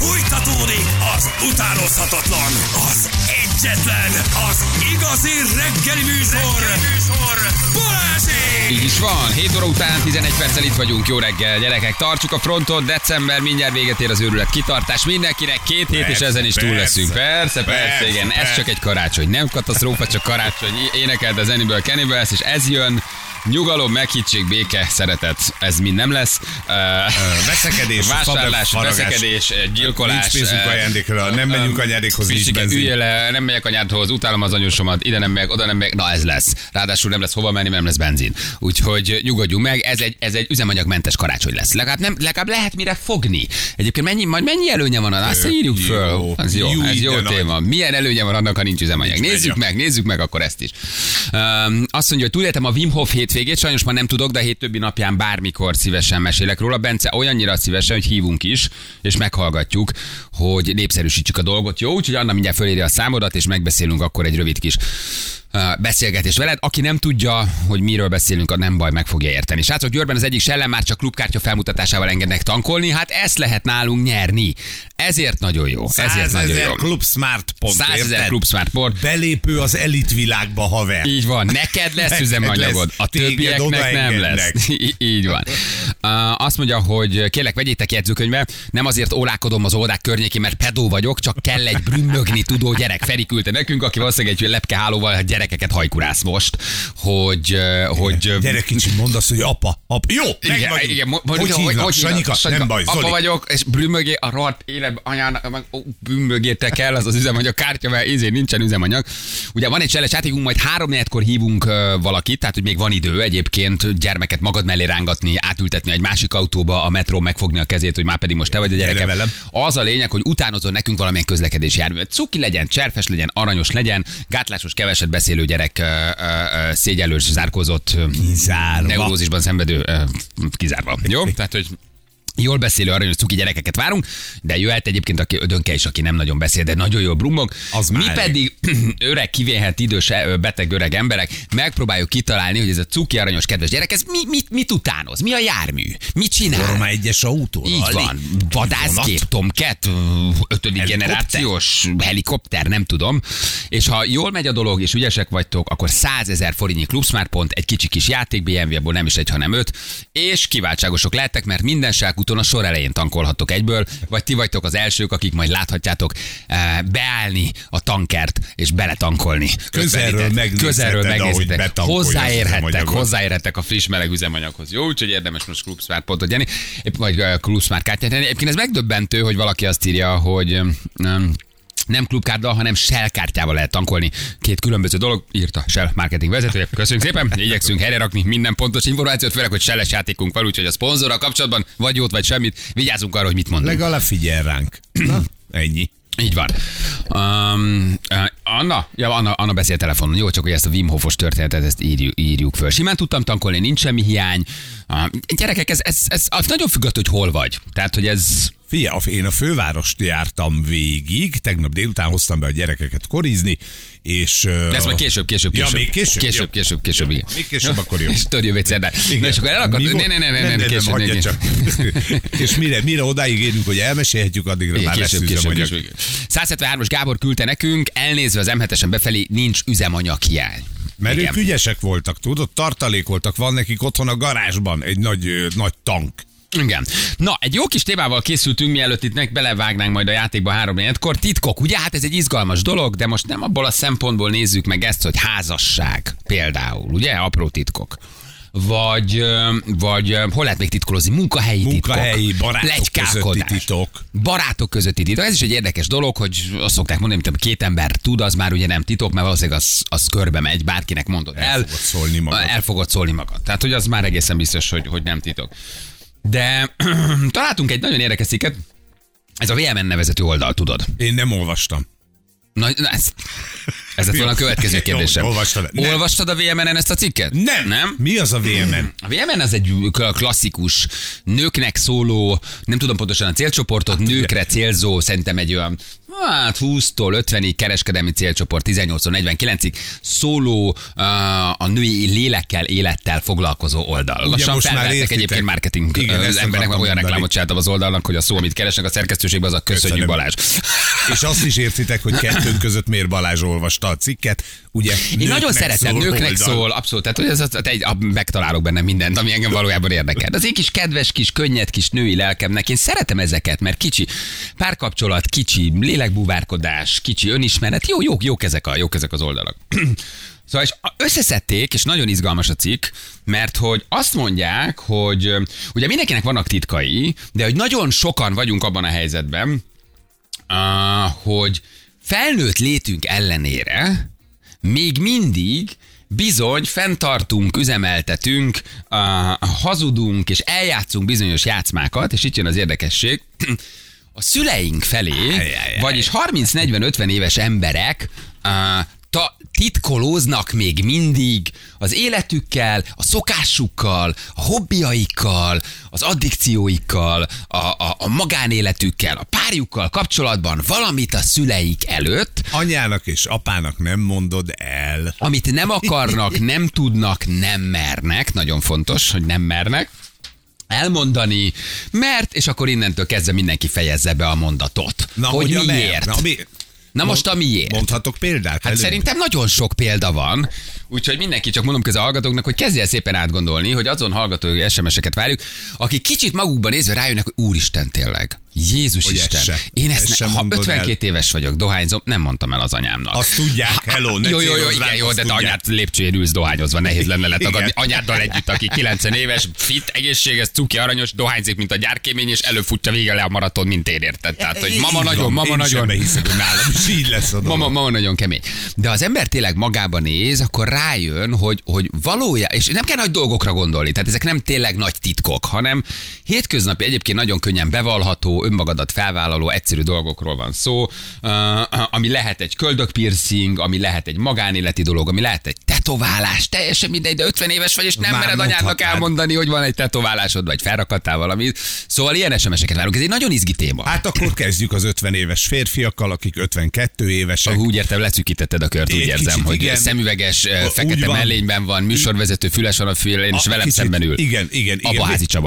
Fújtatódik az utánozhatatlan, az egyetlen, az igazi reggeli műsor, Balázsék! Így is van, 7 óra után 11 perccel itt vagyunk, jó reggel, gyerekek, tartsuk a frontot, december, mindjárt véget ér az őrület kitartás, mindenkinek 2 hét, és ezen is túl leszünk. Persze, igen, ez csak egy karácsony, nem katasztrófa, csak karácsony, énekelt a zenéből Cannibals, és ez jön. Nyugalom, meghittség, béke, szeretet, ez mind nem lesz. Veszekedés, vásárlás, veszekedés, gyilkolás. Nincs pénzünk ajándékra, nem megyünk anyádékhoz, nincs benzin. Üljél le, nem megyek anyádhoz, utálom az anyósomat, ide nem megyek, oda nem megyek, na ez lesz. Ráadásul nem lesz hova menni, mert nem lesz benzin. Úgyhogy nyugodjunk meg, ez egy üzemanyagmentes karácsony lesz. Legalább lehet mire fogni. Egyébként mennyi előnye van, azt írjuk föl. Ez jó téma. Milyen előnye van annak, ha nincs üzemanyag? Nézzük meg akkor ezt is. Azt mondja, hogy túléltem a Wim Hof hétvégét, sajnos már nem tudok, de a hét többi napján bármikor szívesen mesélek róla. Bence olyannyira szívesen, hogy hívunk is, és meghallgatjuk, hogy népszerűsítsük a dolgot. Jó, úgyhogy Anna mindjárt fölírja a számodat, és megbeszélünk akkor egy rövid kis beszélgetés veled. Aki nem tudja, hogy miről beszélünk, nem baj, meg fogja érteni. Srácok, Győrben az egyik Sellen már csak klubkártya felmutatásával engednek tankolni, hát ezt lehet nálunk nyerni. Ezért nagyon jó. 100 000 Club Smart pont. 100 000 Club Smart pont. Belépő az elitvilágba, haver. Így van. Neked lesz üzemanyagod, a többieknek nem lesz. Így van. Azt mondja, hogy kérlek, vegyétek jegyzőkönyvbe, nem azért ólálkodom az oldák környékén, mert pedó vagyok, csak kell egy brümmögni tudó gyerek. Feri küldte nekünk, aki valószínűleg egy lepkehálóval gyerekeket hajkurász most, hogy gyerek kicsit mondasz, hogy apa. Jó, igen, hogy hívnak? Sanyika? Nem baj, Zoli. Apa vagyok, és brümmögé a rohadt életben anyának, meg brümmögé te kell az üzemanyag kártya, mert nincsen üzemanyag. Ugye van egy cseles játékunk, majd 3-4-kor hívunk valakit, tehát hogy még van idő egyébként gyermeket magad mellé rángatni, átültetni egy másik autóba, a metró megfogni a kezét, hogy már pedig most te vagy a gyerekem. Az a lényeg, hogy utánozol nekünk valamilyen közlekedési járművet. Cuki legyen, cserfes legyen, aranyos legyen, gátlásos, keveset beszélő gyerek, szégyellős, zárkózott, neurózisban szenvedő, kizárva. Jó? Tehát, hogy jól beszélő, aranyos, cuki gyerekeket várunk, de jöhet egyébként, aki ödönke is, aki nem nagyon beszél, de nagyon jól brummog. Mi pedig öreg, kivéhet idős, beteg öreg emberek, megpróbáljuk kitalálni, hogy ez a cuki, aranyos, kedves gyerek, ez mit utánoz? Mi a jármű? Mit csinál? Forma 1-es autó. Így van. Vadászgép, Tomcat, 5. generációs helikopter, nem tudom. És ha jól megy a dolog, és ügyesek vagytok, akkor 100 000 forintnyi Club Smart pont, egy kicsi kis játék, BMW-ból nem is egy, hanem 5, és kiváltságosok lehettek, mert minden úton a sor elején tankolhattok egyből, vagy ti vagytok az elsők, akik majd láthatjátok beállni a tankert és beletankolni. Közelről megnézheted, hozzáérhettek a friss meleg üzemanyaghoz. Jó, úgyhogy érdemes most Club Smart pontot nyerni, vagy Club Smart kártyát nyerni. Egyébként ez megdöbbentő, hogy valaki azt írja, hogy nem klubkárddal, hanem Shell kártyával lehet tankolni. 2 különböző dolog, írta Shell marketing vezetője. Köszönjük szépen, igyekszünk helyre rakni minden pontos információt, főleg, hogy Shell-es játékunk van, úgyhogy a szponzorral kapcsolatban vagy jót, vagy semmit, vigyázzunk arra, hogy mit mondunk. Legalább figyel ránk. Na, ennyi. Így van. Anna beszél telefonon. Jó, csak hogy ezt a Wim Hofos történetet, ezt írjuk föl. Simán tudtam tankolni, nincs semmi hiány. Gyerekek, ez nagyon függ attól, hogy hol vagy. Tehát, hogy ez... Figyelj, én a fővárost jártam végig, tegnap délután hoztam be a gyerekeket korizni, és... De ez majd később. Ja, még később? Később, igen. Még később, akkor jó. És tudod, jövő szerdán. Na, és akkor el akar... Ne, később. És mire odáig érünk, hogy elmesélhetjük, addigra már lesz üzemanyag. 173-os Gábor küldte nekünk, elnézve az M7-esen befelé nincs üzemanyaghiány. Mert ők ügyesek voltak, tudod, tartalékoltak, van nekik otthon a garázsban egy nagy tank. Igen. Na, egy jó kis témával készültünk, mielőtt itt belevágnánk majd a játékba 3-4-kor. Titkok, ugye? Hát ez egy izgalmas dolog, de most nem abból a szempontból nézzük meg ezt, hogy házasság például, ugye? Apró titkok. Vagy hol lehet még titkolózni? Munkahelyi titkok. Barátok közötti titok. Barátok közötti titok. Ez is egy érdekes dolog, hogy azt szokták mondani, hogy 2 ember tud, az már ugye nem titok, mert valószínűleg az körbe megy, bárkinek mondod el. El fogod szólni magad. Tehát, hogy az már egészen biztos, hogy nem titok. De találtunk egy nagyon érdekes cikket, ez a VMN nevezetű oldal, tudod. Én nem olvastam. Na ez lett volna a következő kérdésem. Olvastad a VMN-en ezt a cikket? Nem. Mi az a VMN? A VMN az egy klasszikus, nőknek szóló, nem tudom pontosan a célcsoportot, nőkre célzó, szerintem egy olyan 20-tól 50-ig kereskedelmi célcsoport, 18-tól 49-ig szóló a női lélekkel, élettel foglalkozó oldal. Lassan felvettek egyébként marketing embernek, meg olyan reklámot csináltam az oldalnak, hogy a szó, amit keresnek a szerkesztőségben, az a köszönjük Balázs. És azt is értitek, hogy kettőnk között miért Balázs olvasta a cikket. Ugye, én nagyon szeretem, nőknek szól, abszolút, tehát hogy megtalálok benne mindent, ami engem valójában érdekel. Az én kis kedves, kis könnyed, kis női lelkemnek, én szeretem ezeket, mert kicsi párkapcsolat, kicsi lélekbúvárkodás, kicsi önismeret, jók ezek az oldalak. Szóval és összeszedték, és nagyon izgalmas a cikk, mert hogy azt mondják, hogy ugye mindenkinek vannak titkai, de hogy nagyon sokan vagyunk abban a helyzetben, hogy felnőtt létünk ellenére még mindig bizony fenntartunk, üzemeltetünk, hazudunk és eljátszunk bizonyos játszmákat, és itt jön az érdekesség, a szüleink felé, vagyis 30-40-50 éves emberek titkolóznak még mindig az életükkel, a szokásukkal, a hobbiaikkal, az addikcióikkal, a magánéletükkel, a párjukkal kapcsolatban valamit a szüleik előtt. Anyának és apának nem mondod el. Amit nem akarnak, nem tudnak, nem mernek. Nagyon fontos, hogy nem mernek elmondani, mert, és akkor innentől kezdve mindenki fejezze be a mondatot. Na, hogy miért. Na most a miért? Mondhatok példát? Hát szerintem nagyon sok példa van, úgyhogy mindenki, csak mondom közben a hallgatóknak, hogy kezdje el szépen átgondolni, hogy azon hallgatói SMS-eket várjuk, akik kicsit magukban nézve rájönnek, hogy úristen tényleg. Jézus hogy Isten. Én ha 52 éves vagyok, dohányzom, nem mondtam el az anyámnak. Azt tudják, hello, ne jó, de te anyád lépcsőjén ülsz dohányozva, nehéz lenne letagadni. Anyáddal együtt, aki 90 éves, fit, egészséges, cuki, aranyos, dohányzik, mint a gyárkémény, és előfutja vége le a maraton, mint én, érted. Tehát, hogy mama nagyon. Hiszem, hogy nálam is így lesz a dolog. Mama nagyon kemény. De az ember tényleg magába néz, akkor rájön, hogy valójában, és nem kell nagy dolgokra gondolni, tehát ezek nem tényleg nagy titkok, hanem hétköznapi, egyébként nagyon könnyen bevallható, önmagadat felvállaló, egyszerű dolgokról van szó, ami lehet egy köldökpiercing, ami lehet egy magánéleti dolog, ami lehet egy tetoválás, teljesen mindegy, de 50 éves vagy, és nem mered anyádnak elmondani, hogy van egy tetoválásod, vagy felrakadtál valamit. Szóval ilyen SMS-eket várunk. Ez egy nagyon izgi téma. Hát akkor kezdjük az 50 éves férfiakkal, akik 52 évesek. Úgy értem, lecükítetted a kört, úgy érzem, kicsit, hogy igen. Szemüveges, fekete mellényben van, műsorvezető, füles van a fülén, és velem szemben ül. Igen. Abba Házi Csaba.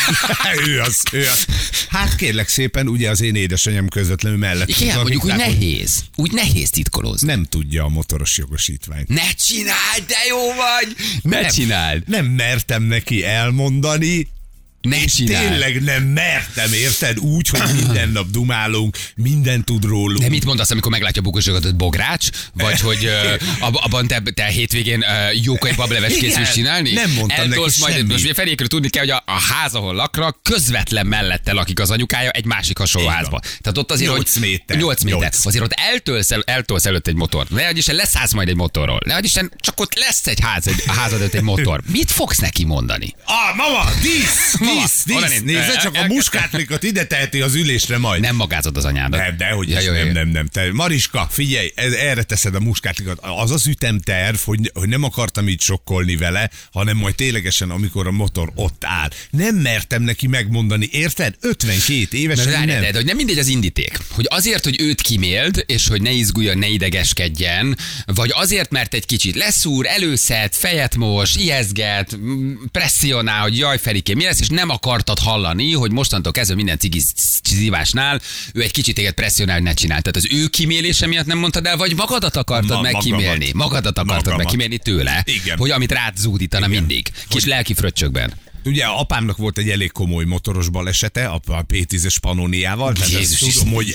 Ő az. Hát kérlek szépen, ugye az én édesanyám közvetlenül mellett. Igen, mondjuk úgy nehéz titkolózni. Nem tudja a motoros jogosítványt. Ne csináld, de jó vagy! Ne csináld! Nem mertem neki elmondani, Ne csinálj. Tényleg nem mertem, érted? Úgy, hogy minden nap dumálunk, minden tud rólunk. De mit mondasz, amikor meglátja a bukosokat, Bogrács? Vagy hogy abban te hétvégén jókai bableves készülsz csinálni? Nem mondtam neki semmit. Most ugye Felékről tudni kell, hogy a ház, ahol lakra, közvetlen mellette lakik az anyukája egy másik hasonló házba. Tehát ott azért, 8 méter. 8 méter. Azért ott eltolsz előtt egy motort. Nehogy Isten leszállsz majd egy motorról. Nehogy Isten csak ott lesz egy házad előtt egy motor. Mit fogsz neki mondani? Mama, dísz! Nézd, csak a muskátlikat ide teheti az ülésre majd. Nem magázod az anyádat. Nem, dehogy is, nem. Te, Mariska, figyelj, erre teszed a muskátlikat. Az az ütemterv, hogy nem akartam így sokkolni vele, hanem majd ténylegesen, amikor a motor ott áll. Nem mertem neki megmondani, érted? 52 évesen nem. De hogy nem mindegy az indíték. Hogy azért, hogy őt kiméld, és hogy ne izguljon, ne idegeskedjen, vagy azért, mert egy kicsit leszúr, előszed, fejet mos, ijeszget, presszionál, hogy jaj, Ferikém, mi lesz, és nem akartad hallani, hogy mostantól kezdve minden cigizívásnál ő egy kicsit téged presszionál, ne csinál. Tehát az ő kimélése miatt nem mondtad el, vagy magadat akartad megkímélni. Magadat akartad megkímélni tőle, igen. Hogy amit rád zúdítana mindig. Kis lelki fröccsökben. Ugye apámnak volt egy elég komoly motoros balesete, a P10-es Pannoniával, tehát tudom, hogy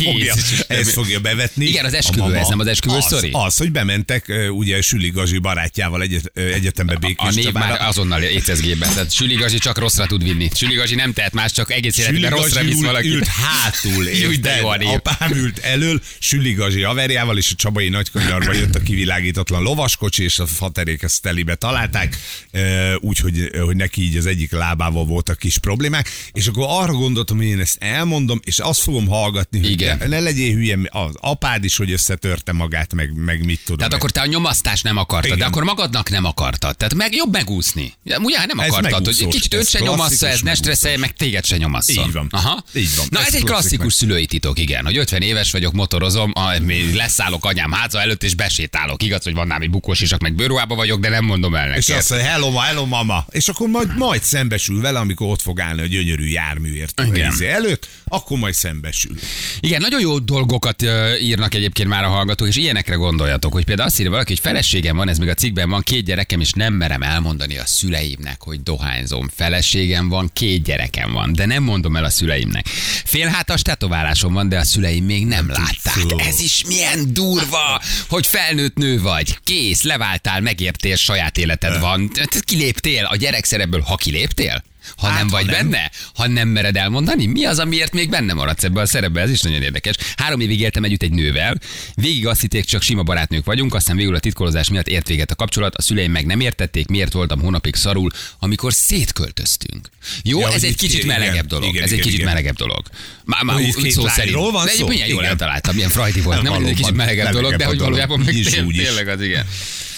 ezt fogja bevetni. Igen, az esküvő, ez nem az esküvő sztori? Az, hogy bementek ugye Süli Gazi barátjával egyetembe Békés Csabára. A név már azonnal écezgében, tehát Süli Gazi csak rosszra tud vinni. Süli Gazi nem tehet más, csak egész életben rosszra visz valaki. Ült hátul, apám ült elől, Süli Gazi haverjával, és a Csabai Nagykanyarba jött a kivilágítatlan lovaskocsi, és a faterék ezt telibe találták, úgyhogy neki így az az egyik lábával voltak kis problémák, és akkor arra gondoltam, hogy én ezt elmondom, és azt fogom hallgatni, hogy Igen. ne legyél hülye, az apád is, hogy összetörte magát, meg mit tudom. Tehát akkor te a nyomasztást nem akartad, Igen. de akkor magadnak nem akartad. Tehát meg jobb megúszni. Ugye nem Ez akartad, hogy megúszós. kicsit őt Ez se nyomassza, klasszikus ez ne stresszelje, meg téged se nyomasszon. Így van. Aha. Így van. Na Ez ez egy klasszik klasszikus meg. szülői titok, igen, hogy 50 éves vagyok, motorozom, leszállok anyám háza előtt, és besétálok. Igaz, hogy van námi bukós isak, meg bőruhába vagyok, de nem mondom el És neki. azt mondja, hello mama. És akkor majd szembesül vele, amikor ott fog állni a gyönyörű járműért Igen. előtt, akkor majd szembesül. Igen, nagyon jó dolgokat írnak egyébként már a hallgatók, és ilyenekre gondoljatok, hogy például azt írja valaki, hogy feleségem van, ez még a cikkben van, 2 gyerekem, és nem merem elmondani a szüleimnek, hogy dohányzom. Feleségem van, 2 gyerekem van, de nem mondom el a szüleimnek. Félhátas tetoválásom van, de a szüleim még nem látták. Fú. Ez is milyen durva, hogy felnőtt nő vagy, kész, leváltál, megértél, saját életed van. Kiléptél a gyerekszerepből, ha kiléptél? Ha nem vagy benne? Ha nem mered elmondani? Mi az, amiért még benne maradsz ebben a szerepben? Ez is nagyon érdekes. 3 évig éltem együtt egy nővel, végig azt hitték, csak sima barátnők vagyunk, aztán végül a titkolózás miatt ért véget a kapcsolat, a szüleim meg nem értették, miért voltam hónapig szarul, amikor szétköltöztünk. Jó, Ja, ez hogy egy itt kicsit igen, melegebb dolog. igen, ez egy igen, kicsit igen. melegebb dolog. Már Hogy itt úgy 2 szó szerint. lányról van De szó? milyen jól Igen. eltaláltam, milyen frajdi volt. Nem, hogy egy kicsit Valóban melegebb dolog, de hogy melegebb a valójában dolog. meg Így is, úgy is. tényleg az igen.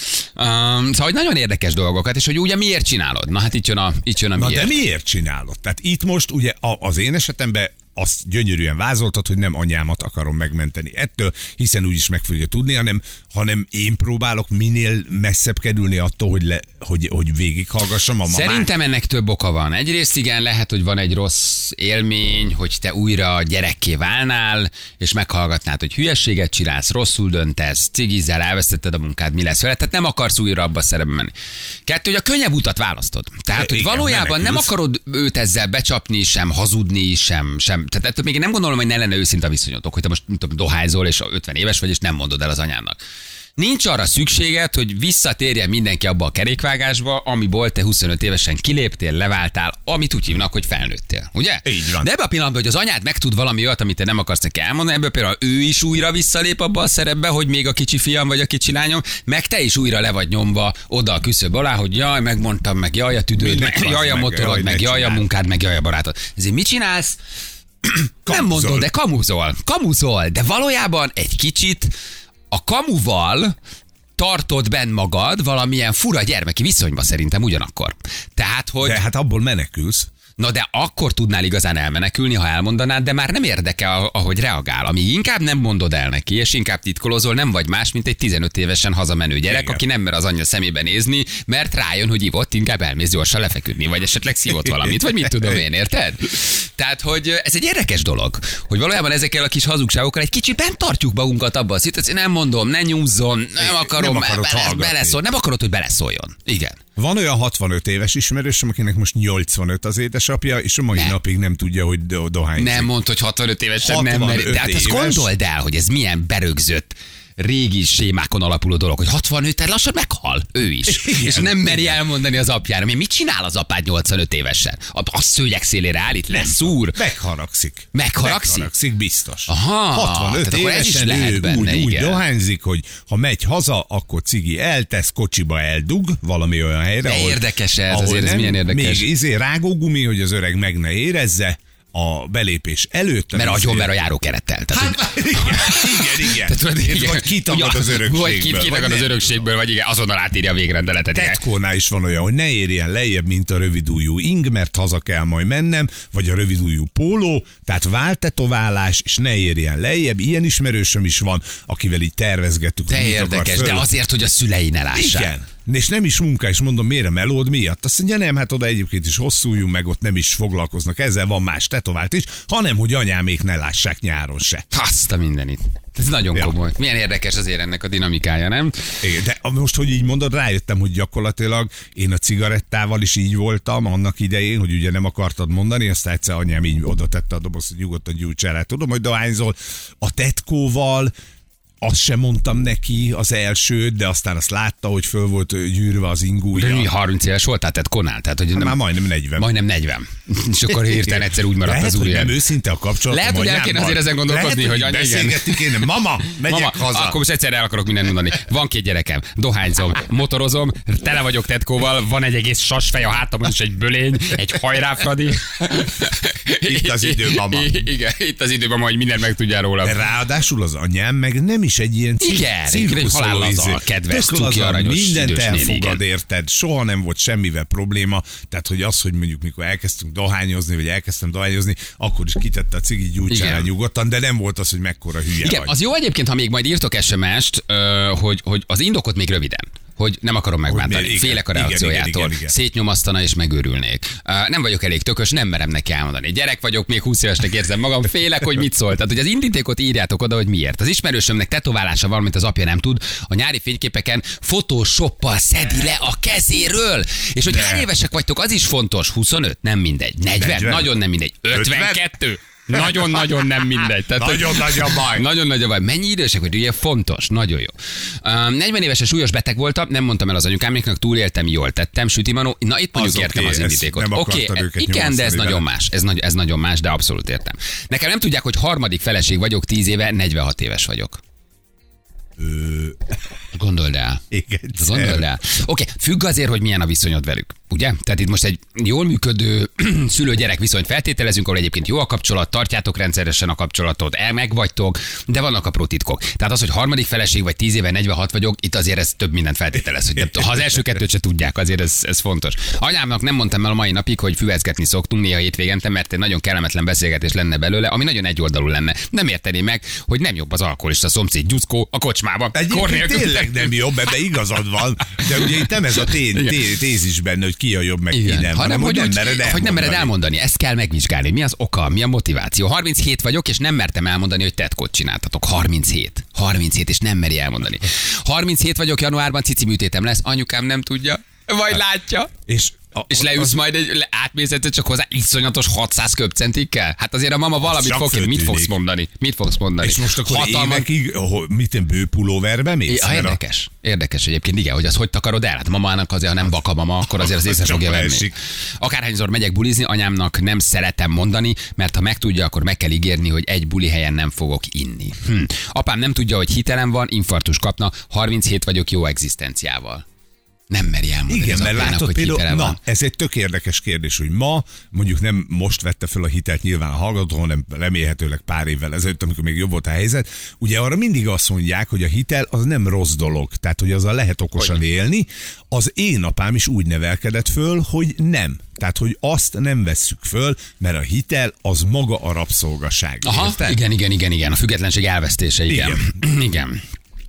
Szóval, hogy nagyon érdekes dolgokat, és hogy ugye miért csinálod? Na hát itt jön a Na miért. de miért csinálod? Tehát itt most ugye az én esetemben azt gyönyörűen vázoltad, hogy nem anyámat akarom megmenteni ettől, hiszen úgyis meg fogja tudni, hanem én próbálok minél messzebb kerülni attól, hogy végighallgassam a mamát. Szerintem ennek több oka van. Egyrészt igen, lehet, hogy van egy rossz élmény, hogy te újra gyerekké válnál, és meghallgatnád, hogy hülyességet csinálsz, rosszul döntesz, cigizzel, elvesztetted a munkád, mi lesz vele, tehát nem akarsz újra abba a szerepbe menni. 2, hogy a könnyebb utat választod. Tehát, hogy Igen, valójában nem menekülsz. akarod őt ezzel becsapni, sem hazudni, sem. Tehát ettől még nem gondolom, hogy ne lenne őszinte a viszonyotok, hogy te most tudom, dohányzol, és 50 éves vagy, és nem mondod el az anyának. Nincs arra szükséged, hogy visszatérjen mindenki abba a kerékvágásba, amiból te 25 évesen kiléptél, leváltál, amit úgy hívnak, hogy felnőttél. Ugye? Így van. De ebben a pillanatban, hogy az anyád megtud valami olyat, amit te nem akarsz neki elmondani, ebből például ő is újra visszalép abba a szerepbe, hogy még a kicsi fiam vagy a kicsi lányom, meg te is újra le vagy nyomva oda a küszöb alá, hogy jaj, megmondtam, meg jaj a tüdőd, Minek meg jaj a meg, motorod, jaj, meg ne jaj a csináld. munkád, meg jaj a barátod. Ezért mit csinálsz? Nem mondod, de kamuzol, de valójában egy kicsit a kamuval tartod benn magad valamilyen fura gyermeki viszonyba szerintem ugyanakkor. Tehát, hogy... De hát abból menekülsz. Na de akkor tudnál igazán elmenekülni, ha elmondanád, de már nem érdekel, ahogy reagál. Amíg inkább nem mondod el neki, és inkább titkolozol, nem vagy más, mint egy 15 évesen hazamenő gyerek, Igen. aki nem mer az anyja szemébe nézni, mert rájön, hogy ivott, inkább elmész gyorsan lefeküdni, vagy esetleg szívott valamit, vagy mit tudom én, érted? Tehát, hogy ez egy érdekes dolog, hogy valójában ezekkel a kis hazugságokkal egy kicsit bent tartjuk magunkat abba a szituációt, nem mondom, ne nyúzzon, nem akarom, Nem akarod hallgatni. beleszól, nem akarod, hogy beleszóljon. Igen. Van olyan 65 éves ismerősöm, akinek most 85 az édesapja, és a mai Ne. napig nem tudja, hogy dohányzik. Nem mondd, hogy 65 évesen nem 65 meri. Tehát azt éves. gondold el, hogy ez milyen berögzött régi sémákon alapuló dolog, hogy 65, tehát lassan meghal ő is. Igen, És nem meri igen. elmondani az apjára. Mit csinál az apád 85 évesen? A szőnyeg szélére állít, leszúr. Megharagszik. Megharagszik? Biztos. Aha, 65 tehát akkor ez is évesen lehet ő benne, úgy igen. dohányzik, hogy ha megy haza, akkor cigi eltesz, kocsiba eldug valami olyan helyre, De érdekes ez, ahol azért ez nem, milyen érdekes. Még rágógumi, hogy az öreg meg ne érezze a belépés előtt. Mert agyonver a járókerettel. Tehát, Hát, igen. Tehát, tudod, igen. Vagy kitagad az örökségből. Vagy kitagad az örökségből, vagy igen, azonnal átírja a végrendeletet. igen. Tetkónál is van olyan, hogy ne érjen lejjebb, mint a rövidújú ing, mert haza kell majd mennem, vagy a rövidújú póló, tehát váltetoválás, és ne érjen lejjebb. Ilyen ismerősöm is van, akivel így tervezgettük. De hogy mit akar érdekes, föl. de azért, hogy a szülei ne lássák. Igen. És nem is munka, és mondom, miért a melód miatt? Azt mondja, nem, hát oda egyébként is hosszújú, meg ott nem is foglalkoznak ezzel, van más tetovált is, hanem, hogy anyámék ne lássák nyáron se. Azt a mindenit. Ez nagyon Ja. komoly. Milyen érdekes azért ennek a dinamikája, nem? Igen, de most, hogy így mondod, rájöttem, hogy gyakorlatilag én a cigarettával is így voltam annak idején, hogy ugye nem akartad mondani, aztán egyszer anyám így oda tette a dobozt, hogy nyugodtan gyújts el, tudom, hogy dohányzol. A tetkóval azt sem mondtam neki az elsőt, de aztán azt látta, hogy föl volt gyűrve az ingúja. De mi 30 éves voltál, tehát Konál, tehát hogy Már majdnem 40. Majdnem 40. És akkor hirtelen egyszer úgy maradt Lehet, az hogy úr. nem őszinte a kapcsolat. Lehet, hogy el kéne azért ezen gondolkozni, hogy anya, igen. Beszélgetni kéne. Mama, megyek Mama, haza. akkor most egyszerre el akarok mindent mondani. Van 2 gyerekem, dohányzom, motorozom, tele vagyok tetkóval, van egy egész sasfej a hátamon, és egy bölény, egy hajráfradi. Itt az idő, mama. Igen, itt az időben, hogy mindent meg tudjál róla. De ráadásul az anyám meg nem is egy ilyen Igen, egy halállazal, kedves, cuki, aranyos, mindent idős elfogad, néni, érted? Soha nem volt semmivel probléma. Tehát, hogy az, hogy mondjuk mikor elkezdtünk dohányozni, vagy elkezdtem dohányozni, akkor is kitette a cigi gyújtsára nyugodtan, de nem volt az, hogy mekkora hülye igen, vagy. az jó egyébként, ha még majd írtok SMS-t, hogy az indokot még röviden. Hogy nem akarom megbántani. Igen, Félek a reakciójától. igen. Szétnyomasztana és megőrülnék. Nem vagyok elég tökös, nem merem neki elmondani. Gyerek vagyok, még 20 évesnek érzem magam, félek, hogy mit szól. Tehát, hogy az indítékot írjátok oda, hogy miért. Az ismerősömnek tetoválása van, mint az apja nem tud. A nyári fényképeken photoshoppal szedi le a kezéről. És hogy hány évesek vagytok, az is fontos. 25? Nem mindegy. 40? Nagyon nem mindegy. 52? Nagyon-nagyon nem mindegy. Nagyon nagy a baj. Nagyon nagy a baj. Mennyi idősek vagy? Ugye fontos. Nagyon jó. 40 évesen súlyos beteg voltam, nem mondtam el az anyukámnak, túléltem, jól tettem, sütimanó. Na itt mondjuk értem az indítékot. Igen, de ez nagyon más. Ez nagyon más, de abszolút értem. Nekem nem tudják, hogy harmadik feleség vagyok, 10 éve, 46 éves vagyok. Gondold el. Gondold el. Oké, függ azért, hogy milyen a viszonyod velük. Ugye? Tehát itt most egy jól működő szülő-gyerek viszonyt feltételezünk, ahol egyébként jó a kapcsolat, tartjátok rendszeresen a kapcsolatot, megvagytok, de vannak apró titkok. Tehát az, hogy harmadik feleség vagy 10 éve 46 vagyok, itt azért ez több mindent feltételez. Hogy ha az első 2-t se tudják, azért ez fontos. Anyámnak nem mondtam el a mai napig, hogy füveszgetni szoktunk néha hétvégente, mert egy nagyon kellemetlen beszélgetés lenne belőle, ami nagyon egyoldalú lenne. Nem értené meg, hogy nem jobb az alkoholista szomszéd gyuszkó a kocsmába. Tényleg nem jobb, ebbe igazad van. De ugye itt nem ez a tézis benne, hogy ki a jobb, meg ki nem. Hanem, hogy nem mered elmondani. Ezt kell megvizsgálni. Mi az oka, mi a motiváció. 37 vagyok, és nem mertem elmondani, hogy tetkót csináltatok. 37, és nem meri elmondani. 37 vagyok, januárban cici műtétem lesz, anyukám nem tudja, vagy látja. És leülsz majd átmész egyszer csak hozzá iszonyatos 600 köbcentikkel? Hát azért a mama valamit fog, mit fogsz mondani? És most akkor évekig, mit bőpulóverbe mész? Érdekes egyébként, igen, hogy az hogy takarod el? Hát mamának azért, ha nem baka mama, akkor azért az észre fogja venni. Akárhányszor megyek bulizni, anyámnak nem szeretem mondani, mert ha megtudja, akkor meg kell ígérni, hogy egy buli helyen nem fogok inni. Apám nem tudja, hogy hitelem van, infarktus kapna, 37 vagyok jó egzisztenciával. Nem meri elmondani. Igen, mert apjának, látod például, van. ez egy tök érdekes kérdés, hogy ma, mondjuk nem most vette fel a hitelt nyilván a hallgató, hanem remélhetőleg pár évvel ezelőtt, amikor még jobb volt a helyzet, ugye arra mindig azt mondják, hogy a hitel az nem rossz dolog, tehát hogy azzal lehet okosan élni. Az én apám is úgy nevelkedett föl, hogy nem. Tehát, hogy azt nem vesszük föl, mert a hitel az maga a rabszolgaság. Aha, igen, a függetlenség elvesztése, igen.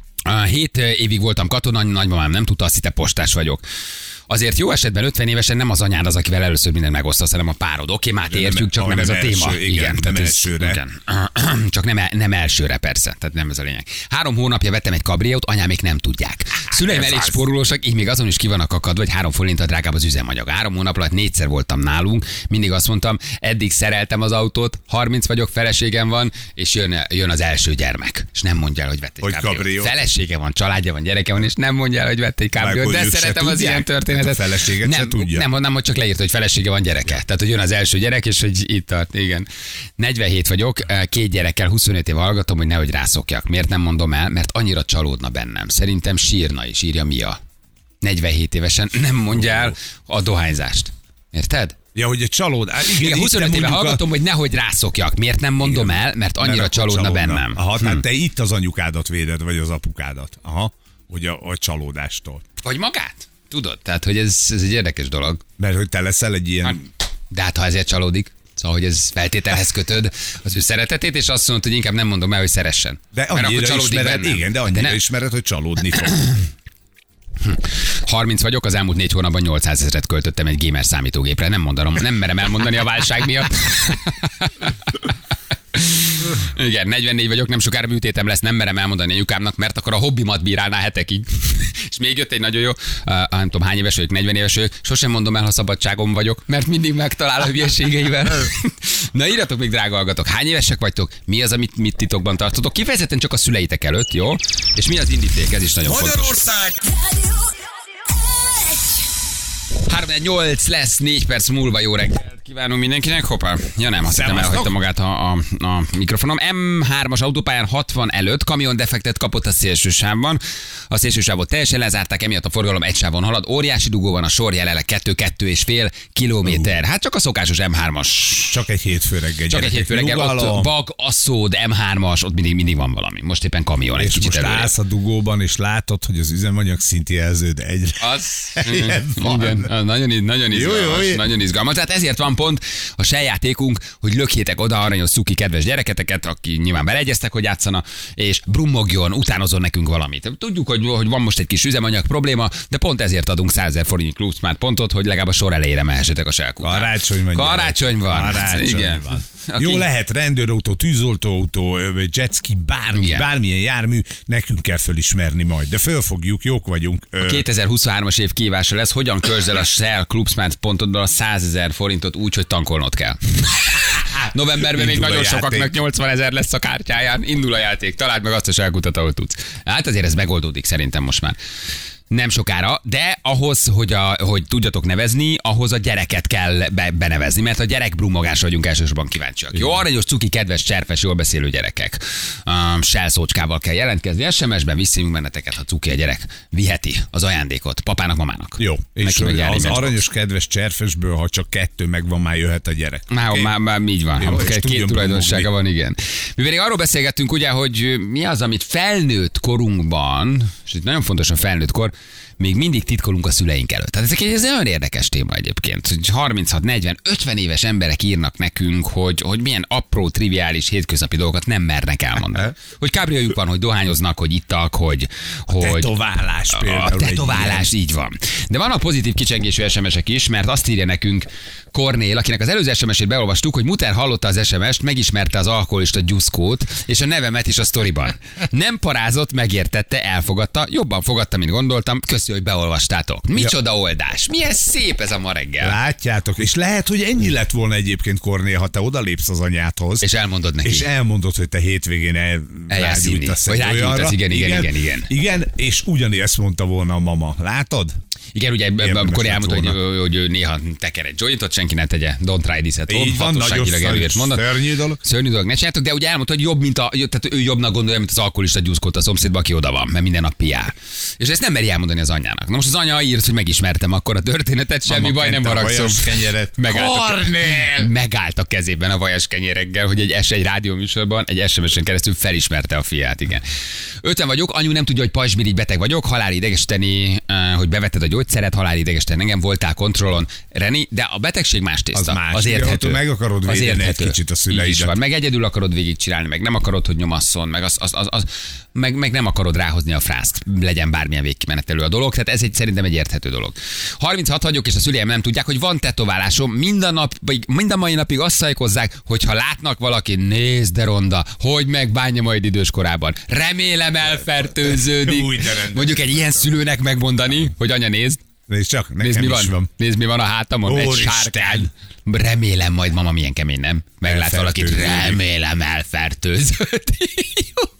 7 évig voltam katona, nagymamám nem tudta, azt hitte postás vagyok. Azért jó esetben 50 évesen nem az anyád az, akivel először mindent megosztasz, hanem a párod. Oké, már értjük, csak nem ez a téma. Igen, nem elsőre. Igen. Csak nem elsőre, persze. Tehát nem ez a lényeg. 3 hónapja vettem egy kabriót, anyámék nem tudják. Szüleim elég spórolósak, így még azon is ki vannak akadva, hogy 3 forinttal drágább az üzemanyag. 3 hónap alatt 4-szer voltam nálunk, mindig azt mondtam, eddig szereltem az autót, 30 vagyok, feleségem van, és jön az első gyermek. És nem mondja el, hogy vett egy kabriót. Felesége van, családja van, gyereke van, és nem mondja el, hogy vett egy kabriót. De szeretem az ilyen történetet. A feleséget se tudja. Nem, hogy csak leírta, hogy felesége van, gyereke. Tehát, hogy jön az első gyerek, és hogy itt tart, igen. 47 vagyok, 2 gyerekkel, 25 éve hallgatom, hogy nehogy rászokjak. Miért nem mondom el? Mert annyira csalódna bennem. Szerintem sírna is, írja Mia. 47 évesen nem mondja el a dohányzást. Érted? Ja, hogy egy csalód. Igen, 25 éve hallgatom, hogy nehogy rászokjak. Miért nem mondom el? Mert annyira csalódna bennem. Aha, tehát te itt az anyukádat véded, vagy az apukádat. Aha, hogy a csalódástól. Vagy magát? Tudod, tehát, hogy ez egy érdekes dolog. Mert hogy te leszel egy ilyen... De hát, ha ezért csalódik, szóval, hogy ez feltételhez kötöd az ő szeretetét, és azt mondod, hogy inkább nem mondom el, hogy szeressen. De annyira ismered, igen, de annyira ismered, hogy csalódni fog. 30 vagyok, az elmúlt 4 hónapban 800 000-et költöttem egy gamer számítógépre. Nem merem elmondani a válság miatt. Igen, 44 vagyok, nem sokára műtétem lesz, nem merem elmondani anyukámnak, mert akkor a hobbimat bírálná hetekig. És még jött egy nagyon jó, nem tudom hány éves vagyok, 40 éves vagyok, sosem mondom el, ha szabadságom vagyok, mert mindig megtalál a hülyeségeivel. Na írjatok még, drága hallgatók, hány évesek vagytok? Mi az, amit mit titokban tartotok? Kifejezetten csak a szüleitek előtt, jó? És mi az indíték? Ez is nagyon fontos. Magyarország! 3-8 lesz, 4 perc múlva. Jó reggelt kívánunk mindenkinek. Hoppá, ja nem, azt hittem elhagyta magát a mikrofonom. M3-as autópályán 60 előtt kamion defektet kapott a szélsősávban. A szélsősávot teljesen lezárták, emiatt a forgalom egy sávon halad. Óriási dugó van, a sor jelenleg 2-2,5 kilométer. Hát csak a szokásos M3-as. Csak egy hétfő reggel. Csak egy hétfő reggel, ott Bag, Asszód, M3-as, ott mindig van valami. Most éppen kamion. És most állsz a dugóban, és látod, hogy az üzemanyag szinti jelződ egyre. Az, igen, nagyon izgalmas. Nagyon izgalmas. Tehát ezért van pont a sejjátékunk, hogy lökjétek oda aranyos cuki kedves gyereketeket, aki nyilván beleegyeztek, hogy játszana, és brummogjon, utánozon nekünk valamit. Tudjuk, hogy van most egy kis üzemanyag probléma, de pont ezért adunk 100 000 forint Club Smart pontot, hogy legalább a sor elejére mehessetek a selkután. Karácsony van. Igen. Jó, lehet rendőrautó, tűzoltóautó, jetski, bármilyen jármű, nekünk kell fölismerni majd, de fölfogjuk, jók vagyunk. A 2023-as év kihívása lesz, hogyan körzöl a Shell Club Smart pontodból a 100 000 forintot úgy, hogy tankolnod kell. Novemberben még nagyon sokaknak 80 000 lesz a kártyáján, indul a játék, találd meg azt a Shell-kutat, ahol tudsz. Hát azért ez megoldódik szerintem most már. Nem sokára, de ahhoz, hogy tudjatok nevezni, ahhoz a gyereket kell benevezni, mert a gyerek brummogásra vagyunk elsősorban kíváncsiak. Jó, aranyos, cuki, kedves, cserpes, jól beszélő gyerekek. Shell szócskával kell jelentkezni SMS-ben, visszajunk benneteket, ha cuki a gyerek. Viheti az ajándékot papának, mamának. Jó, és az aranyos, kedves, cserpesből, ha csak 2 megvan, már jöhet a gyerek. Már így van. Jó, két tulajdonsága van, igen. Mi pedig arról beszélgettünk, ugye, hogy mi az, amit felnőtt korunkban, és itt nagyon fontos a felnőtt kor, még mindig titkolunk a szüleink előtt. Tehát ez egy olyan érdekes téma egyébként, hogy 36, 40, 50 éves emberek írnak nekünk, hogy milyen apró, triviális, hétköznapi dolgokat nem mernek elmondani. Hogy kábriójuk van, hogy dohányoznak, hogy ittak, hogy tetoválás például. A tetoválás, így van. De van a pozitív kicsengésű SMS-ek is, mert azt írja nekünk Kornél, akinek az előző SMS-ét beolvastuk, hogy Muter hallotta az SMS-t, megismerte az alkoholista gyuszkót, és a nevemet is a sztoriban. Nem parázott, megértette, elfogadta, jobban fogadta, mint gondoltam. Köszi, hogy beolvastátok. Micsoda oldás. Milyen szép ez a ma reggel. Látjátok, és lehet, hogy ennyi lett volna egyébként, Kornél, ha te odalépsz az anyádhoz. És elmondod neki. És elmondod, hogy te hétvégén rágyújtasz egy olyanra. Igen, és ugyanezt mondta volna a mama. Látod? Igen, ugye amikor elmondta, hogy néha teker egy jointot, senki ne tegye. Don't try this at home. Így van, nagyon szörnyű dolog. Ne csináljátok, de ugye elmondta, hogy jobb, tehát ő jobbnak gondolja, mint az alkoholista gyúzkót a szomszédba, aki oda van, mert minden nap piál. És ezt nem meri elmondani az anyjának. Na most az anya írt, hogy megismertem akkor a történetet, semmi baj, nem haragszom. Megállt a kezében a vajas kenyereggel, hogy egy rádióműsorban, egy SMS-en keresztül felismerte a fiát, igen. 50 vagyok, anyu nem tudja, hogy pajzsmirigy beteg vagyok, halálidegesíteni, hogy bevetted a gyógyszeret, halálidegesíteni engem, voltál kontrollon, Reni, de a betegség más tészta. Az más. Az érthető. Meg akarod védeni egy kicsit a szüleidet. Meg egyedül akarod végigcsinálni, meg nem akarod, hogy nyomasszon, meg nem akarod ráhozni a frászt, legyen bármilyen végkimenetelő a dolog, tehát ez szerintem egy érthető dolog. 36 vagyok, és a szüleim nem tudják, hogy van tetoválásom, minden mai napig azt szájkozzák, hogy ha látnak valaki, nézd de ronda, hogy megbánja majd idős korában. Remélem elfertőződik. Mondjuk egy ilyen szülőnek megmondani, hogy anya nézd. Nézd csak, nekem is van. Nézd, mi van a hátamon, egy sárkány. Remélem majd mama milyen kemény, nem? Meglát valakit, remélem elfertőződik.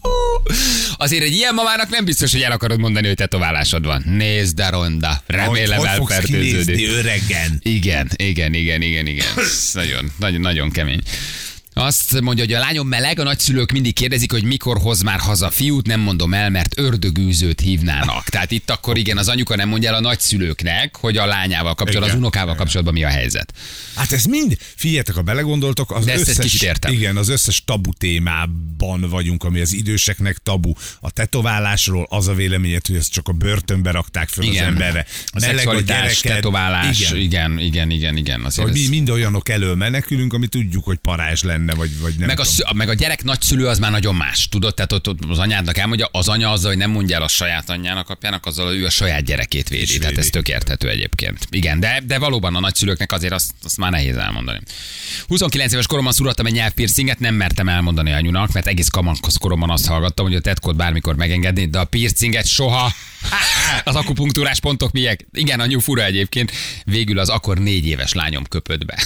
Azért egy ilyen mamának nem biztos, hogy el akarod mondani, hogy tetoválásod van. Nézd de ronda, remélem elfertőződik. Öregen. Igen. Nagyon kemény. Azt mondja, hogy a lányom meleg, a nagyszülők mindig kérdezik, hogy mikor hoz már haza fiút, nem mondom el, mert ördögűzőt hívnának. Tehát itt akkor igen, az anyuka nem mondja el a nagyszülőknek, hogy a lányával kapcsolatban, az unokával kapcsolatban mi a helyzet. Hát ez mind, figyeljetek, ha belegondoltok, az összes, igen, az összes tabu témában vagyunk, ami az időseknek tabu. A tetoválásról az a véleményed, hogy ezt csak a börtönbe rakták föl az emberre. A szexualitás, tetoválás, igen. Hogy mi mind olyanok elől menekülünk, ami tudjuk, hogy parázs lenne. benne, vagy nem Meg a gyerek nagyszülő az már nagyon más, tudod? Tehát ott az anyádnak elmondja, az anya azzal, hogy nem mondja el a saját anyjának, apjának, azzal ő a saját gyerekét védi. Tehát ez tök érthető egyébként. Igen, de valóban a nagyszülőknek azért azt már nehéz elmondani. 29 éves koromban szúrtam egy nyelvpiercinget, nem mertem elmondani anyunak, mert egész kamasz koromban azt hallgattam, hogy a tetkót bármikor megengedni, de a piercinget soha. Az akupunktúrás pontok miek? Igen, anyu fura egyébként. Végül az akkor 4 éves lányom köpött be.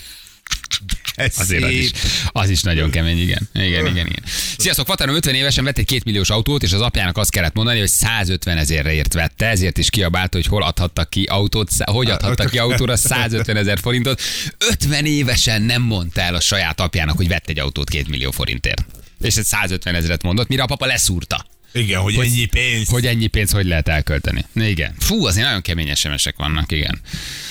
Azért az is nagyon kemény, igen. Sziasztok, Fatarom 50 évesen vett egy 2 milliós autót, és az apjának azt kellett mondani, hogy 150 000-ért vette, ezért is kiabálta, hogy hol adhattak ki autót, hogy adhattak ki autóra 150 000 forintot. 50 évesen nem mondta el a saját apjának, hogy vett egy autót 2 millió forintért. És ez 150 000-et mondott, mire a papa leszúrta. Igen, hogy ennyi pénz. Hogy ennyi pénz hogy lehet elkölteni. Igen. Fú, azért nagyon kemény SMS-ek vannak, igen.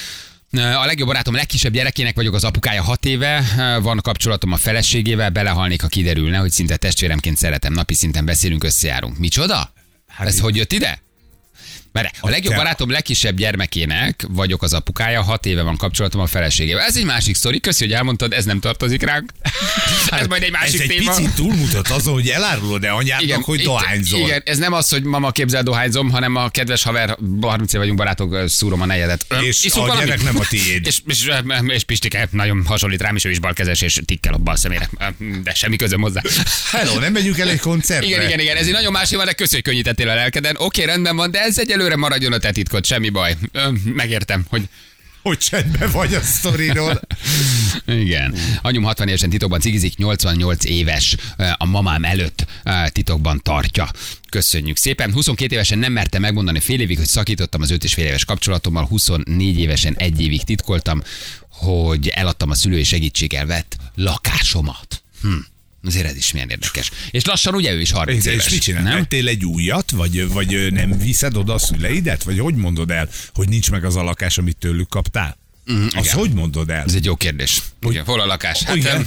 A legjobb barátom legkisebb gyerekének vagyok, az apukája 6 éve, van kapcsolatom a feleségével, belehalnék, ha kiderülne, hogy szinte testvéremként szeretem, napi szinten beszélünk, összejárunk. Micsoda? Ez hogy jött ide? Mert a legjobb barátom legkisebb gyermekének vagyok az apukája, 6 éve van kapcsolatom a feleségével. Ez egy másik sztori, köszi, hogy elmondtad, ez nem tartozik ránk. Ez majd egy másik téma. Ez egy picit túlmutat azon, hogy elárulod-e anyádnak, hogy dohányzol. Igen, ez nem az, hogy mama képzel dohányzom, hanem a kedves haver, 30 év vagyunk barátok, szúrom a nejedet. És a gyerek nem a tiéd. És Pistike nagyon hasonlít rám, és ő is balkezes, és tikkel a bal szemére. De semmi közöm hozzá. Hello, nem megyünk el egy koncertre. Igen, ez egy nagyon más van, de köszönjük, hogy könnyítettél a lelkeden. Oké, rendben van, de ez egyelőre maradjon a te titkod, semmi baj. Megértem, hogy csendben vagy a sztoriról. Igen. Anyum 60 évesen titokban cigizik, 88 éves a mamám előtt titokban tartja. Köszönjük szépen. 22 évesen nem mertem megmondani fél évig, hogy szakítottam az 5,5 éves kapcsolatommal, 24 évesen 1 évig titkoltam, hogy eladtam a szülői segítséggel vett lakásomat. Azért ez is milyen érdekes. És lassan ugye ő is 30 éves. És mit csinál? Nem? Vettél egy újat? Vagy nem viszed oda a szüleidet? Vagy hogy mondod el, hogy nincs meg az a lakás, amit tőlük kaptál? Azt hogy mondod el? Ez egy jó kérdés. Igen, hol a lakás?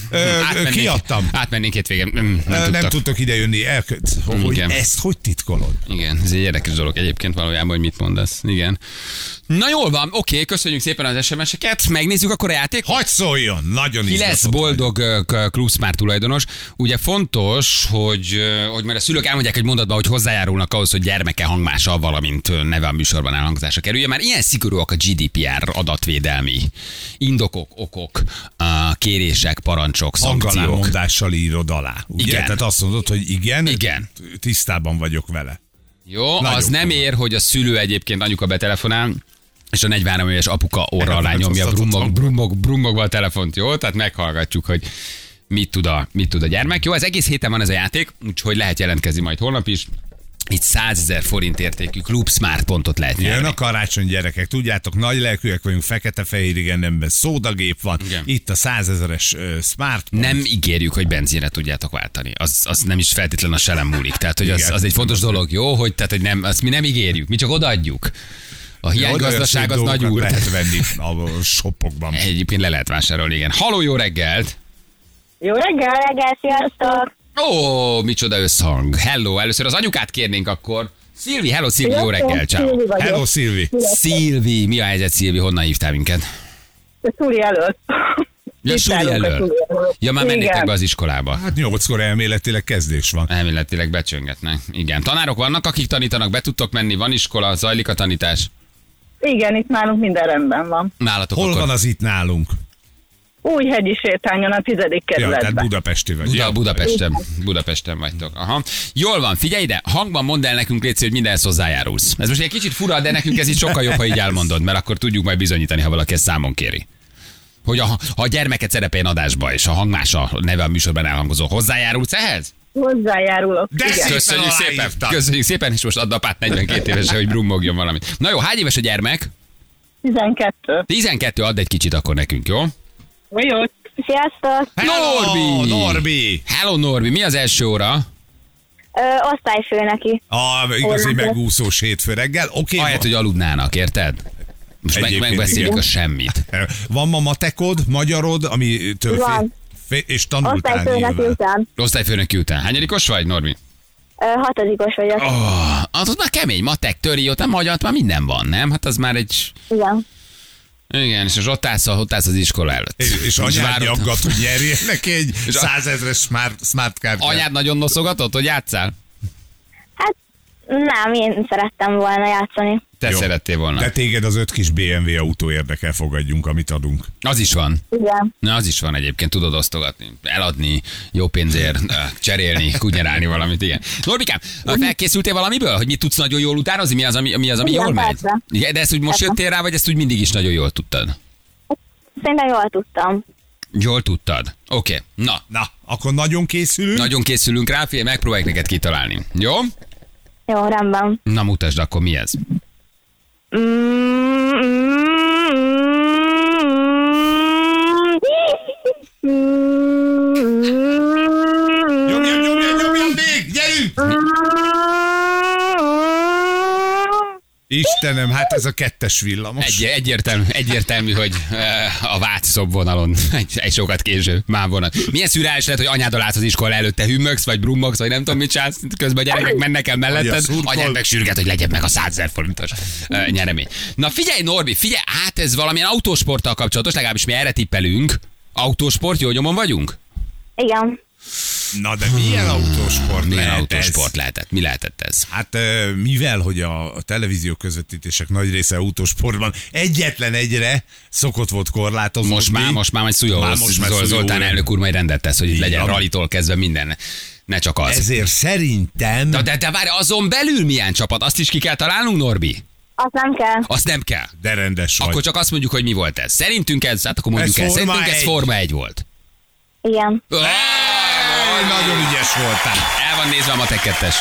Kiadtam. Átmennénk hétvégén. Nem tudtok idejönni. Ezt hogy titkolod? Igen, ez egy érdekes dolog egyébként valójában, hogy mit mondasz. Igen. Na jól van, oké, köszönjük szépen az SMS-eket. Megnézzük akkor a játék. Hadd szóljon, nagyon izgatott. Ki lesz boldog Club Smart tulajdonos? Ugye fontos, hogy mert a szülők elmondják egy mondatban, hogy hozzájárulnak ahhoz, hogy gyermeke hangmása, valamint neve a műsorban elhangzásra kerülje. Már ilyen szigorúak a GDPR adatvédelmi indokok, okok, kérések, parancsok, szankciók. Hangalámondással írod alá. Ugye? Igen. Tehát azt mondod, hogy igen, tisztában vagyok vele. Jó, nagyon az nem ér, hogy a szülő egyébként anyuka betelefonál, és a 43 éves apuka orra alá nyomja brummogva a telefont, jó? Tehát meghallgatjuk, hogy mit tud a gyermek. Jó, ez egész héten van ez a játék, úgyhogy lehet jelentkezni majd holnap is. Itt 100 000 forint értékű Club Smart pontot lehet nyerni. Jön a karácsony, gyerekek, tudjátok, nagy lelkűek vagyunk, fekete-fehér igennemben szódagép van, igen. Itt a 100 000-es Smart pont. Nem ígérjük, hogy benzinre tudjátok váltani. Az nem is feltétlenül a selem múlik. Tehát, hogy az egy fontos dolog, jó, hogy, tehát, hogy nem, azt mi nem ígérjük, mi csak odaadjuk. A hiánygazdaság az nagy úr. Lehet venni a shopokban. Egyébként le lehet vásárolni, igen. Halló, jó reggelt! Jó reggel, sziasztok! Ó, micsoda összhang. Hello, először az anyukát kérnénk akkor. Szilvi, hello Szilvi, jó reggel, ciao. Hello Szilvi. Szilvi, mi a helyzet Szilvi, honnan hívtál minket? Suli előtt. Ja, Suli elől. Ja, már mennétek be az iskolába. Hát 8-kor elméletileg kezdés van. Elméletileg becsöngetnek. Igen. Tanárok vannak, akik tanítanak, be tudtok menni, van iskola, zajlik a tanítás? Igen, itt nálunk minden rendben van. Nálatok hol akkor? Van az itt nálunk? Újhegyi sétányon a 10. kerületben. Ja, tehát budapesti vagy. Budapesten vagytok. Aha. Jól van, figyelj ide, hangban mondd el nekünk, Léci, hogy mindenhez hozzájárulsz. Ez most egy kicsit fura, de nekünk ez így sokkal jobb, ha így elmondod, mert akkor tudjuk majd bizonyítani, ha valaki ezt számon kéri. Hogy ha a gyermeket szerepeljen adásba, és a hangmása neve a műsorban elhangozó, hozzájárulsz ehhez? Hozzájárulok. Köszönjük szépen, és most add apát 42 évesen, hogy brummogjon valamit. Na jó, hány éves a gyermek? 12. 12, add egy kicsit akkor nekünk, jó? Jó. Sziasztok! Hello, Norbi! Hello, Norbi! Mi az első óra? Osztályfőnöki. Igazi megúszós hétfő reggel. Okay, ahelyett, hogy aludnának, érted? Most megbeszéljük a semmit. Van ma matekod, magyarod, amitől és tanultál nyilván. Osztályfőnöki után. Hányadikos vagy, Norbi? 6-os vagyok. Az már kemény, matek, töri, ott a magyar, már minden van, nem? Hát az már egy... Igen. Igen, és ott állsz az iskola előtt. És anyád várod. nyaggat, hogy nyerjen neki egy 100 000-es smart kártyát. Anyád nagyon noszogatott, hogy játszál? Hát nem, én szerettem volna játszani. Te Jó. szerettél volna. De téged az 5 kis BMW autó érdekel, fogadjunk, amit adunk. Az is van. Igen. Na, az is van egyébként, tudod osztogatni, eladni, jó pénzért, cserélni, kunyerálni valamit, igen. Norbikám, felkészültél valamiből, hogy mit tudsz nagyon jól utánozni? Mi az, ami Igen, jól megy? persze. Igen, de ezt úgy most jöttél rá, vagy ezt úgy mindig is nagyon jól tudtad? Szerintem jól tudtam. Jól tudtad. Oké. Na, Akkor nagyon készülünk. nagyon készülünk rá, figyelj, megpróbáljuk neked kitalálni. Jó? Jó, rendben. Na, mutasd, akkor mi ez? Nyomjad még, gyerünk! Istenem, hát ez a 2-es villamos. Egyértelmű, hogy a Vác szobvonalon egy sokat később már vonat. Milyen szürreális lehet, hogy anyáddal állsz az iskola előtte, hümmögsz, vagy brummogsz, vagy nem tudom mit csinálsz, közben a gyerekek mennek el melletted, anyád meg sürget, hogy legyen meg a 100 000 forintos nyeremény. Na figyelj, Norbi, figyelj, hát ez valamilyen autósporttal kapcsolatos, legalábbis mi erre tippelünk. Autósport, jó nyomon vagyunk? Igen. Na de milyen autósport Milyen lehet autósport ez? lehetett? Mi lehetett ez? Hát mivel, hogy a televízió közvetítések nagy része autósportban egyetlen egyre szokott volt korlátozódni. Most már majd Zoltán elnök úr majd rendet tesz, hogy itt legyen ralitól kezdve minden. Ne csak az. Ezért szerintem... De várj, azon belül milyen csapat? Azt is ki kell találnunk, Norbi? Azt nem kell. Azt nem kell. De rendes vagy. Akkor csak azt mondjuk, hogy mi volt ez. Szerintünk ez, hát akkor mondjuk Ez el. Forma Szerintünk ez 1. Forma 1 volt. Igen. Nagyon ügyes voltál. El van nézve a matek 2-es.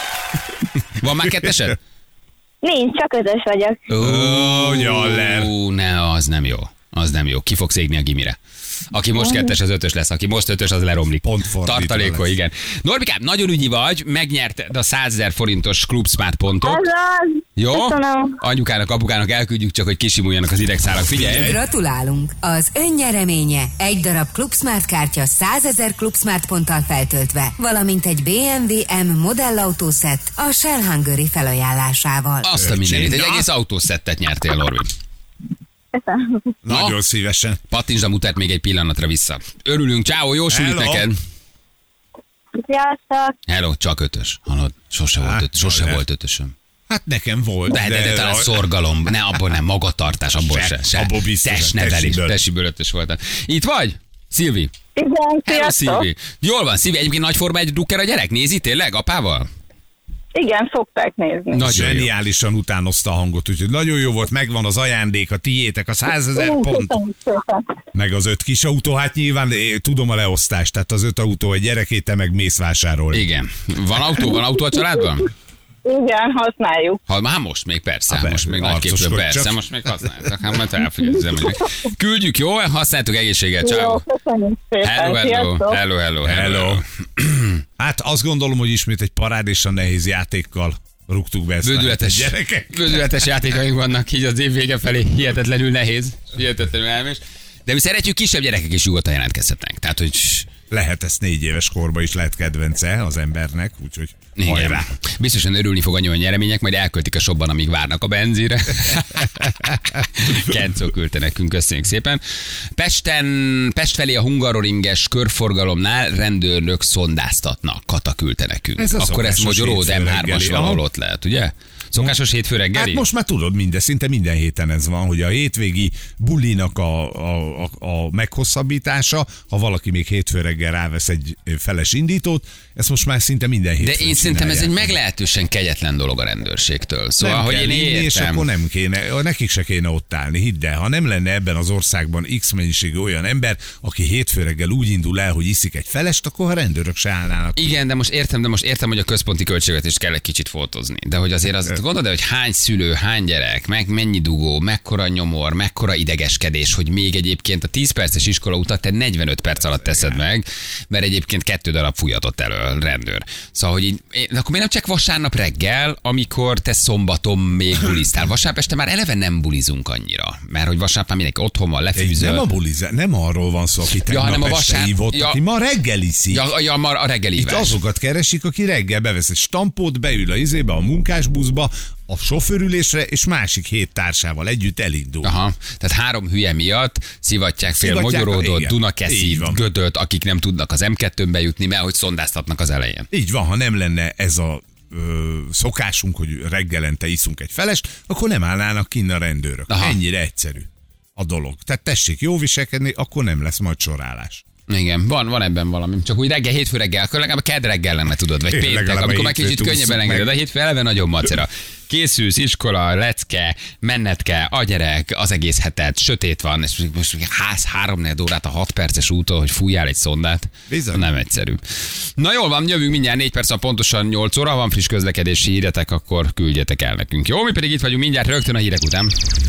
Van már 2-esed? Nincs, csak 5-ös vagyok. Ó, Nyaller. Ne, az nem jó. Az nem jó. Ki fogsz égni a gimire? Aki most 2-es, az 5-ös lesz. Aki most 5-ös, az leromlik. Pont fordítva Tartalékol, lesz. igen. Norbikám, nagyon ügyi vagy, megnyerted a 100 000 forintos Club Smart pontot. Azaz. Jó? Köszönöm. Anyukának, apukának elküldjük, csak hogy kisimuljanak az idegszálak. Figyelj! Gratulálunk! Az önnyereménye egy darab Club Smart kártya 100 000 Club Smart ponttal feltöltve, valamint egy BMW M modellautószett a Shell Hungary felajánlásával. Azt a mindenit, egy Na. egész autószettet nyertél, Norbi. Köszönöm. Nagyon szívesen. Pattintsd a mutert még egy pillanatra vissza. Örülünk, ciao, jó sulit Hello. neked. Sziasztok. Hello, csak 5-ös. Hallod? Sose Nyaller. volt 5-ösöm. Hát nekem volt. De talán szorgalom, ne, abból nem, magatartás, abból se. Abból biztos, Testnevelés, tesiből. tesiből 5-ös voltam. Itt vagy? Szilvi? Igen, Hello, sziasztok. Szilvi. Jól van, Szilvi, egyébként nagy Forma 1 drukker a gyerek? Nézi tényleg, apával? Igen, szokták nézni. Nagyon jó. Zseniálisan utánozta a hangot, úgyhogy nagyon jó volt, megvan az ajándék, a tiétek, a 100 000 pont, Köszönjük szépen. meg az 5 kis autó, hát nyilván tudom a leosztást, tehát az 5 autó egy gyerekét, te meg mész vásárolni. Igen. Van autó a családban? Igen, használjuk. Már most még persze, Hát most még nagy arcoskodj képről persze, csak. most még használjátok, hát majd elfogyasztjuk. Küldjük, jó? Használtuk, egészséget, Jó, ciao. köszönjük szépen. Sziasztok. Hello. Hát azt gondolom, hogy ismét egy parádésan nehéz játékkal rúgtuk be ezt Bődületes, a gyerekek. bődületes játékaink vannak, így az év vége felé hihetetlenül nehéz, hihetetlenül elmés. De mi szeretjük, kisebb gyerekek is nyugodtan jelentkezhetnek. Tehát, hogy Lehet ez 4 éves korban is lehet kedvence az embernek, úgyhogy igen. hajrá. Biztosan örülni fog a nyeremények, majd elköltik a shopban, amíg várnak a benzinre. Kencó küldte nekünk, köszönjük szépen. Pest felé a hungaroringes körforgalomnál rendőrök szondáztatnak. Kata küldte nekünk. Ez a Akkor ezt szokásos magyaród hétfő M3-as reggeli. valahol Aha. ott lehet, ugye? Szokásos hétfő reggeli? Hát most már tudod, szinte minden héten ez van, hogy a hétvégi bulinak a meghosszabbítása, ha valaki még hétfő reggel rávesz egy feles indítót, ezt most már szinte minden héten De én szerintem ez egy csinálják. meglehetősen kegyetlen dolog a rendőrségtől. Szóval, Nem hogy kell én inni, és értem. akkor nem kéne, nekik se kéne ott állni, hidd el. Ha nem lenne ebben az országban X mennyiségű olyan ember, aki hétfő reggel úgy indul el, hogy iszik egy felest, akkor a rendőrök se állnának. Igen, de most értem, hogy a központi költségvetést kell egy kicsit fotózni. De hogy azért azt gondolod, hogy hány szülő, hány gyerek, meg mennyi dugó, mekkora nyomor, mekkora idegeskedés, hogy még egyébként a 10 perces iskola utat te 45 perc alatt teszed meg, mert egyébként 2 darab fújatott elő rendőr. Szóval, hogy akkor miért nem csak vasárnap reggel, amikor te szombaton még buliztál? Vasárnap este már eleve nem bulizunk annyira, mert hogy vasárnap már mindenki otthon van, lefűzöl. Nem arról van szó, aki tegnap hanem a este vasárnap- hívott, ja. aki ma reggel iszik. Ja, a reggeli Itt azokat keresik, aki reggel bevesz egy stampót, beül a izébe, a munkásbuszba, a sofőrülésre, és másik 7 társával együtt elindul. Aha, tehát 3 hülye miatt szivatják fél Szivatják, Mogyoródot, igen. Így Dunakeszit, van. Gödöt, akik nem tudnak az M2-n bejutni, mert hogy szondáztatnak az elején. Így van, ha nem lenne ez a szokásunk, hogy reggelente iszunk egy felest, akkor nem állnának kinn a rendőrök. Aha. Ennyire egyszerű a dolog. Tehát tessék jó viselkedni, akkor nem lesz majd sorálás. Igen, van ebben valami. Csak úgy reggel, hétfő reggel, akkor legalább kedd reggel lenne, tudod, vagy péntek, Legalább amikor már hétfőt kicsit könnyebben ússzuk engeded. meg. A hétfő eleve nagyon macera. Készülsz, iskola, lecke, menned kell, a gyerek, az egész hetet, sötét van, és most 3-4 órát a 6 perces úton, hogy fújjál egy szondát. Bizony. Nem egyszerű. Na jól van, jövünk mindjárt 4 perc, pontosan 8 óra, van friss közlekedési híretek, akkor küldjetek el nekünk. Jó, mi pedig itt vagyunk mindjárt rögtön a hírek után.